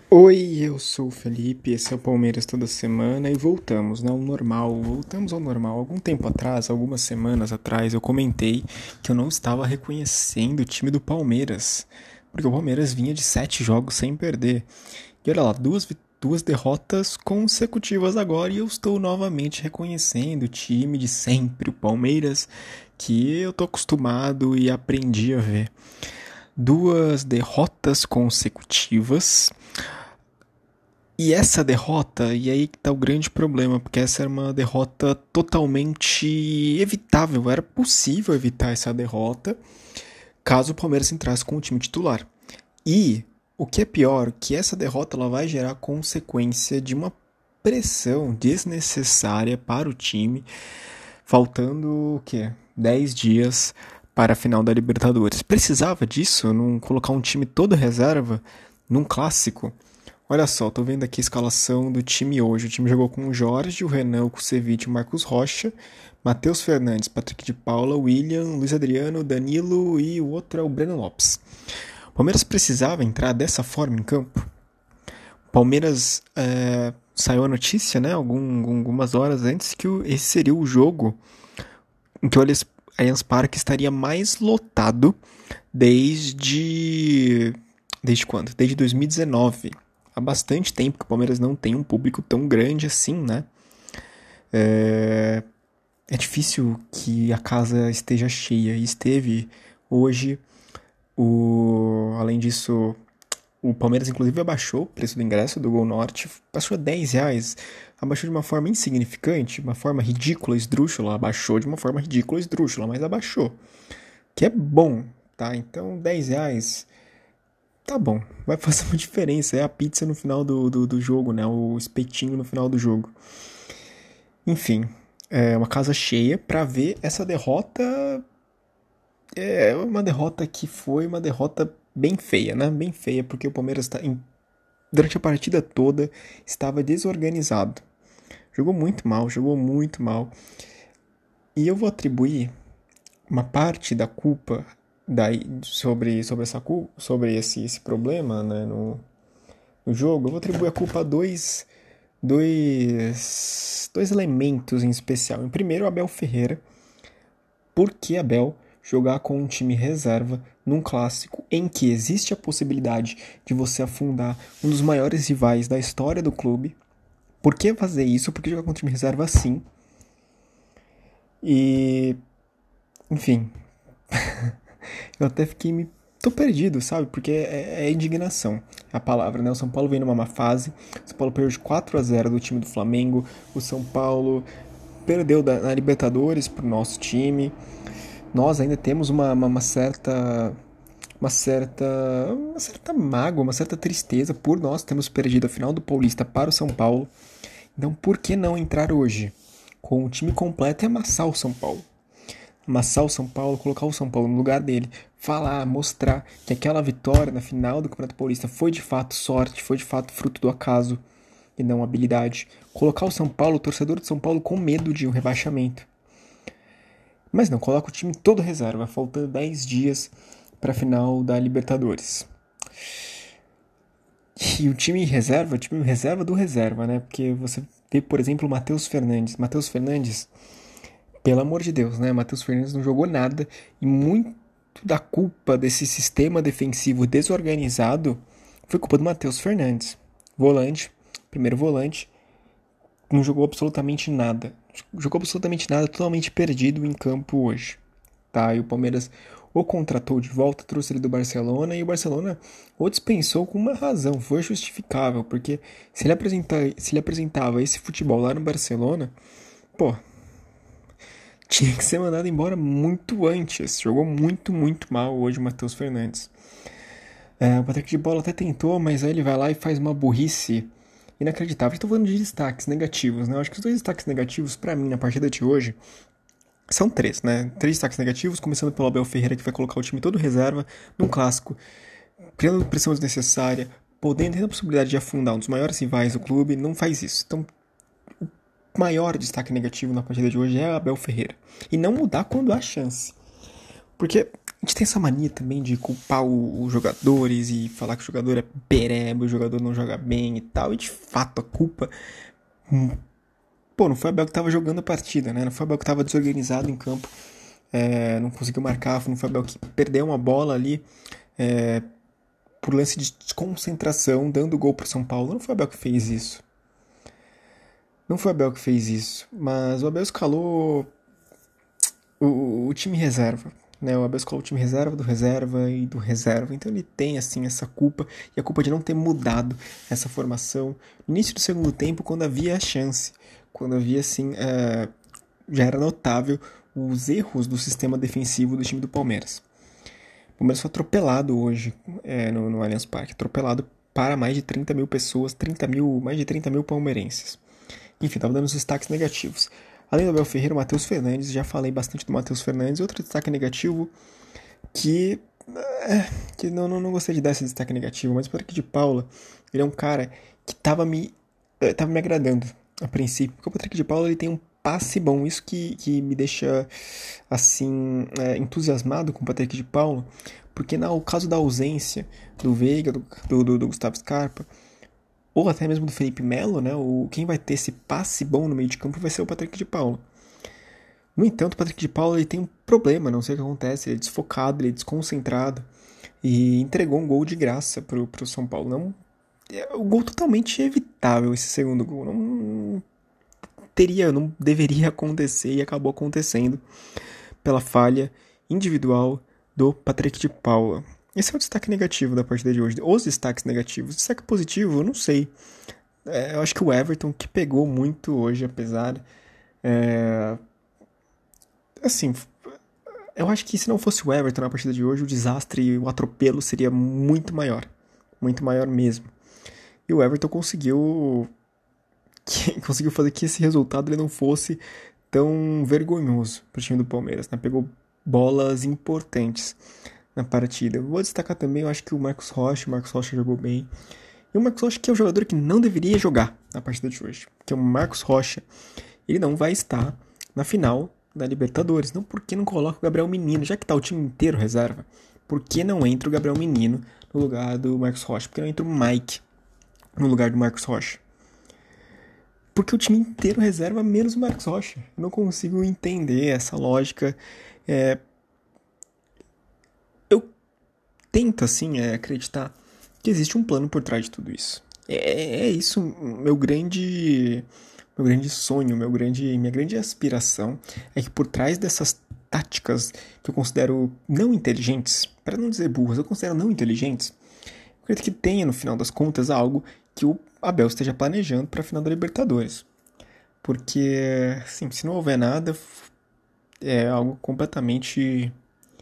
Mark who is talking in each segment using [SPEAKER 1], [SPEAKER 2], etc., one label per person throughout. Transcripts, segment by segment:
[SPEAKER 1] Oi, eu sou o Felipe, esse é o Palmeiras toda semana e voltamos, né, ao normal, voltamos ao normal. Algum tempo atrás, algumas semanas atrás, eu comentei que eu não estava reconhecendo o time do Palmeiras, porque o Palmeiras vinha de 7 jogos sem perder. E olha lá, duas derrotas consecutivas agora e eu estou novamente reconhecendo o time de sempre, o Palmeiras, que eu tô acostumado e aprendi a ver. Duas derrotas consecutivas. E essa derrota, e aí que tá o grande problema, porque essa era uma derrota totalmente evitável, era possível evitar essa derrota caso o Palmeiras entrasse com o time titular. E o que é pior, que essa derrota ela vai gerar consequência de uma pressão desnecessária para o time, faltando o quê? 10 dias para a final da Libertadores. Precisava disso, não colocar um time todo reserva num clássico? Olha só, tô vendo aqui a escalação do time hoje. O time jogou com o Jorge, o Renan, o Kusevich, o Marcos Rocha, Matheus Fernandes, Patrick de Paula, William, Luiz Adriano, Danilo e o outro é o Breno Lopes. O Palmeiras precisava entrar dessa forma em campo. O Palmeiras saiu a notícia, né, algumas horas antes, que esse seria o jogo em que o Allianz Parque estaria mais lotado desde... Desde quando? Desde 2019. Há bastante tempo que o Palmeiras não tem um público tão grande assim, né? É difícil que a casa esteja cheia. E esteve hoje. Além disso, o Palmeiras inclusive abaixou o preço do ingresso do Gol Norte. Passou a R$ 10. Abaixou de uma forma insignificante, uma forma ridícula, esdrúxula. Abaixou de uma forma ridícula, esdrúxula, mas abaixou. Que é bom, tá? Então, R$ 10... Tá bom, vai fazer uma diferença. É a pizza no final do jogo, né? O espetinho no final do jogo. Enfim, é uma casa cheia pra ver essa derrota. É uma derrota que foi uma derrota bem feia, né? Bem feia, porque o Palmeiras durante a partida toda estava desorganizado. Jogou muito mal, jogou muito mal. E eu vou atribuir uma parte da culpa sobre esse problema, né, no jogo. Eu vou atribuir a culpa a dois elementos em especial. Em primeiro, Abel Ferreira. Por que Abel jogar com um time reserva num clássico em que existe a possibilidade de você afundar um dos maiores rivais da história do clube? Por que fazer isso? Por que jogar com um time reserva assim? E, enfim, eu até tô perdido, sabe? Porque é indignação a palavra, né? O São Paulo vem numa má fase. O São Paulo perdeu de 4-0 do time do Flamengo. O São Paulo perdeu na Libertadores pro nosso time. Nós ainda temos uma certa mágoa, uma certa tristeza por nós termos perdido a final do Paulista para o São Paulo. Então, por que não entrar hoje com o time completo e amassar o São Paulo? Amassar o São Paulo, colocar o São Paulo no lugar dele, falar, mostrar que aquela vitória na final do Campeonato Paulista foi de fato sorte, foi de fato fruto do acaso e não habilidade. Colocar o São Paulo, o torcedor de São Paulo, com medo de um rebaixamento. Mas não, coloca o time todo reserva, faltando 10 dias para a final da Libertadores. E o time reserva do reserva, né? Porque você vê, por exemplo, o Matheus Fernandes. Matheus Fernandes, pelo amor de Deus, né? Matheus Fernandes não jogou nada e muito da culpa desse sistema defensivo desorganizado foi culpa do Matheus Fernandes. Volante, primeiro volante, não jogou absolutamente nada. Jogou absolutamente nada, totalmente perdido em campo hoje. Tá? E o Palmeiras o contratou de volta, trouxe ele do Barcelona e o Barcelona o dispensou com uma razão, foi justificável, porque se ele apresentava esse futebol lá no Barcelona, pô, tinha que ser mandado embora muito antes. Jogou muito, muito mal hoje o Matheus Fernandes. O Patrick de Paula até tentou, mas aí ele vai lá e faz uma burrice inacreditável. Estou falando de destaques negativos, né? Eu acho que os dois destaques negativos, para mim, na partida de hoje, são três, né? Três destaques negativos, começando pelo Abel Ferreira, que vai colocar o time todo reserva num clássico, criando pressão desnecessária, tendo a possibilidade de afundar um dos maiores rivais do clube, não faz isso. Então, o maior destaque negativo na partida de hoje é Abel Ferreira. E não mudar quando há chance. Porque A gente tem essa mania também de culpar os jogadores e falar que o jogador é pereba, o jogador não joga bem e tal. E de fato a culpa. Pô, não foi o Abel que tava jogando a partida, né? Não foi o Abel que tava desorganizado em campo. Não conseguiu marcar, não foi o Abel que perdeu uma bola ali por lance de desconcentração, dando gol pro São Paulo. Não foi o Abel que fez isso. Não foi o Abel que fez isso. Mas o Abel escalou o time reserva. Né? O Abel escolheu o time reserva e do reserva. Então ele tem assim essa culpa, e a culpa de não ter mudado essa formação no início do segundo tempo, quando havia a chance, quando havia assim, já era notável os erros do sistema defensivo do time do Palmeiras. O Palmeiras foi atropelado hoje no Allianz Parque, atropelado para mais de 30 mil pessoas, mais de 30 mil palmeirenses. Enfim, estava dando os destaques negativos. Além do Abel Ferreira, o Matheus Fernandes, já falei bastante do Matheus Fernandes. Outro destaque negativo que não gostei de dar esse destaque negativo, mas o Patrick de Paula, ele é um cara que tava me agradando a princípio, porque o Patrick de Paula ele tem um passe bom, isso que me deixa assim entusiasmado com o Patrick de Paula, porque no caso da ausência do Veiga, do Gustavo Scarpa, ou até mesmo do Felipe Melo, né? Quem vai ter esse passe bom no meio de campo vai ser o Patrick de Paula. No entanto, o Patrick de Paula ele tem um problema, não sei o que acontece, ele é desfocado, ele é desconcentrado e entregou um gol de graça pro São Paulo. Não, o gol totalmente evitável, esse segundo gol. Não deveria acontecer e acabou acontecendo pela falha individual do Patrick de Paula. Esse é o destaque negativo da partida de hoje. Os destaques negativos. Destaque positivo, eu não sei. Eu acho que o Everton, que pegou muito hoje, apesar. Assim, eu acho que se não fosse o Everton na partida de hoje, o desastre e o atropelo seria muito maior. Muito maior mesmo. E o Everton conseguiu fazer que esse resultado ele não fosse tão vergonhoso para o time do Palmeiras. Né? Pegou bolas importantes na partida. Vou destacar também, eu acho que o Marcos Rocha jogou bem. E o Marcos Rocha que é o jogador que não deveria jogar na partida de hoje. Porque o Marcos Rocha, ele não vai estar na final da Libertadores. Não, por que não coloca o Gabriel Menino? Já que tá o time inteiro reserva, por que não entra o Gabriel Menino no lugar do Marcos Rocha? Por que não entra o Mike no lugar do Marcos Rocha? Porque o time inteiro reserva menos o Marcos Rocha. Eu não consigo entender essa lógica. Eu tento, assim, acreditar que existe um plano por trás de tudo isso. É isso meu grande sonho, minha grande aspiração é que por trás dessas táticas que eu considero não inteligentes, para não dizer burras, eu considero não inteligentes, eu acredito que tenha no final das contas algo que o Abel esteja planejando para a final da Libertadores. Porque, assim, se não houver nada, é algo completamente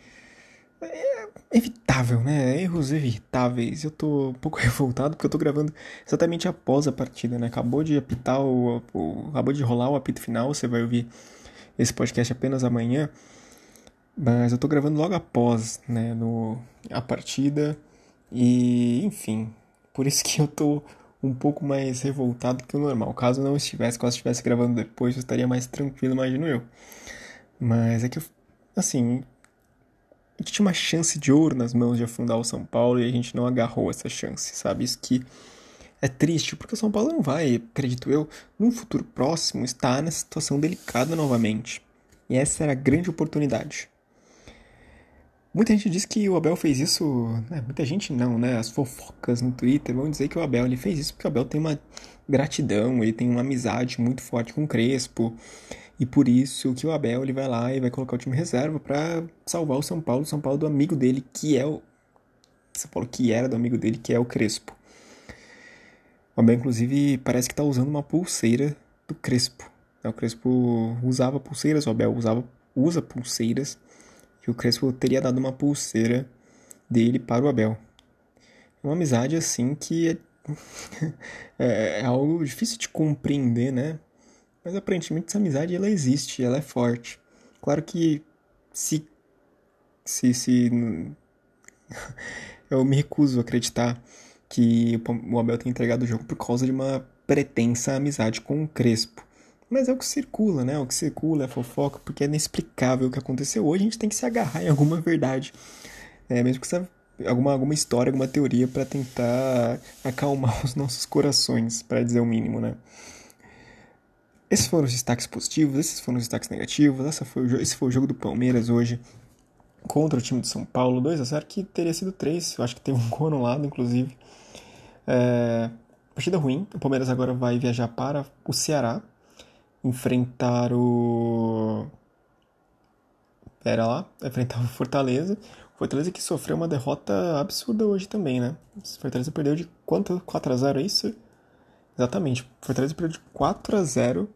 [SPEAKER 1] evitável, né? Erros evitáveis. Eu tô um pouco revoltado porque eu tô gravando exatamente após a partida, né? Acabou de apitar acabou de rolar o apito final, você vai ouvir esse podcast apenas amanhã. Mas eu tô gravando logo após, né, a partida. E, enfim, por isso que eu tô um pouco mais revoltado que o normal. Caso eu estivesse gravando depois, eu estaria mais tranquilo, imagino eu. Mas é que, assim, a gente tinha uma chance de ouro nas mãos de afundar o São Paulo e a gente não agarrou essa chance, sabe? Isso que é triste, porque o São Paulo não vai, acredito eu, num futuro próximo, estar nessa situação delicada novamente. E essa era a grande oportunidade. Muita gente diz que o Abel fez isso, né? Muita gente não, né? As fofocas no Twitter vão dizer que o Abel ele fez isso porque o Abel tem uma gratidão, ele tem uma amizade muito forte com o Crespo. E por isso que o Abel ele vai lá e vai colocar o time reserva para salvar o São Paulo do amigo dele, que é o São Paulo que era do amigo dele, que é o Crespo. O Abel inclusive parece que tá usando uma pulseira do Crespo. O Crespo usava pulseiras, o Abel usa pulseiras, e o Crespo teria dado uma pulseira dele para o Abel. É uma amizade assim que é algo difícil de compreender, né? Mas aparentemente essa amizade ela existe, ela é forte. Claro que se eu me recuso a acreditar que o Abel tenha entregado o jogo por causa de uma pretensa amizade com o Crespo. Mas é o que circula, né? O que circula é fofoca, porque é inexplicável o que aconteceu hoje. A gente tem que se agarrar em alguma verdade. Mesmo que seja alguma história, alguma teoria para tentar acalmar os nossos corações, para dizer o mínimo, né? Esses foram os destaques positivos, esses foram os destaques negativos. Esse foi o jogo do Palmeiras hoje contra o time de São Paulo. 2-0, que teria sido 3. Eu acho que teve um gol anulado, inclusive. Partida ruim. O Palmeiras agora vai viajar para o Ceará, enfrentar o... enfrentar o Fortaleza. O Fortaleza que sofreu uma derrota absurda hoje também, né? O Fortaleza perdeu de quanto? 4-0, é isso? Exatamente. O Fortaleza perdeu de 4-0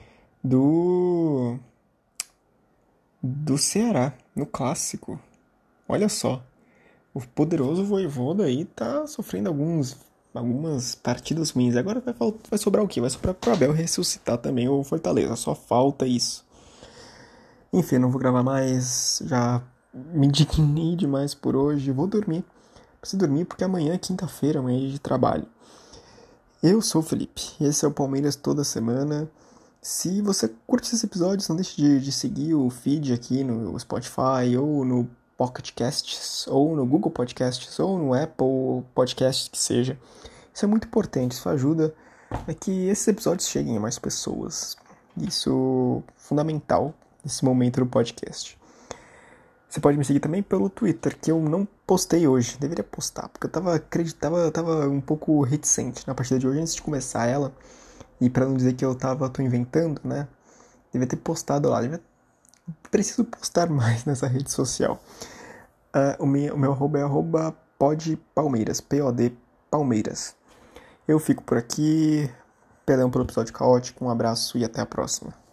[SPEAKER 1] do Ceará, no clássico. Olha só. O poderoso Vojvoda aí tá sofrendo algumas partidas ruins. Agora vai sobrar o quê? Vai sobrar pro Abel ressuscitar também o Fortaleza. Só falta isso. Enfim, não vou gravar mais. Já me indignei demais por hoje. Vou dormir. Preciso dormir porque amanhã é quinta-feira, amanhã é dia de trabalho. Eu sou o Felipe. Esse é o Palmeiras toda semana. Se você curte esses episódios, não deixe de seguir o feed aqui no Spotify ou no Pocket Casts, ou no Google Podcasts, ou no Apple Podcasts, que seja. Isso é muito importante, isso ajuda a que esses episódios cheguem a mais pessoas. Isso é fundamental nesse momento do podcast. Você pode me seguir também pelo Twitter, que eu não postei hoje. Deveria postar, porque eu tava um pouco reticente na partida de hoje antes de começar ela. E pra não dizer que tô inventando, né? Devia ter postado lá. Preciso postar mais nessa rede social. O meu arroba é @podpalmeiras, POD Palmeiras. Eu fico por aqui. Perdão pelo episódio caótico. Um abraço e até a próxima.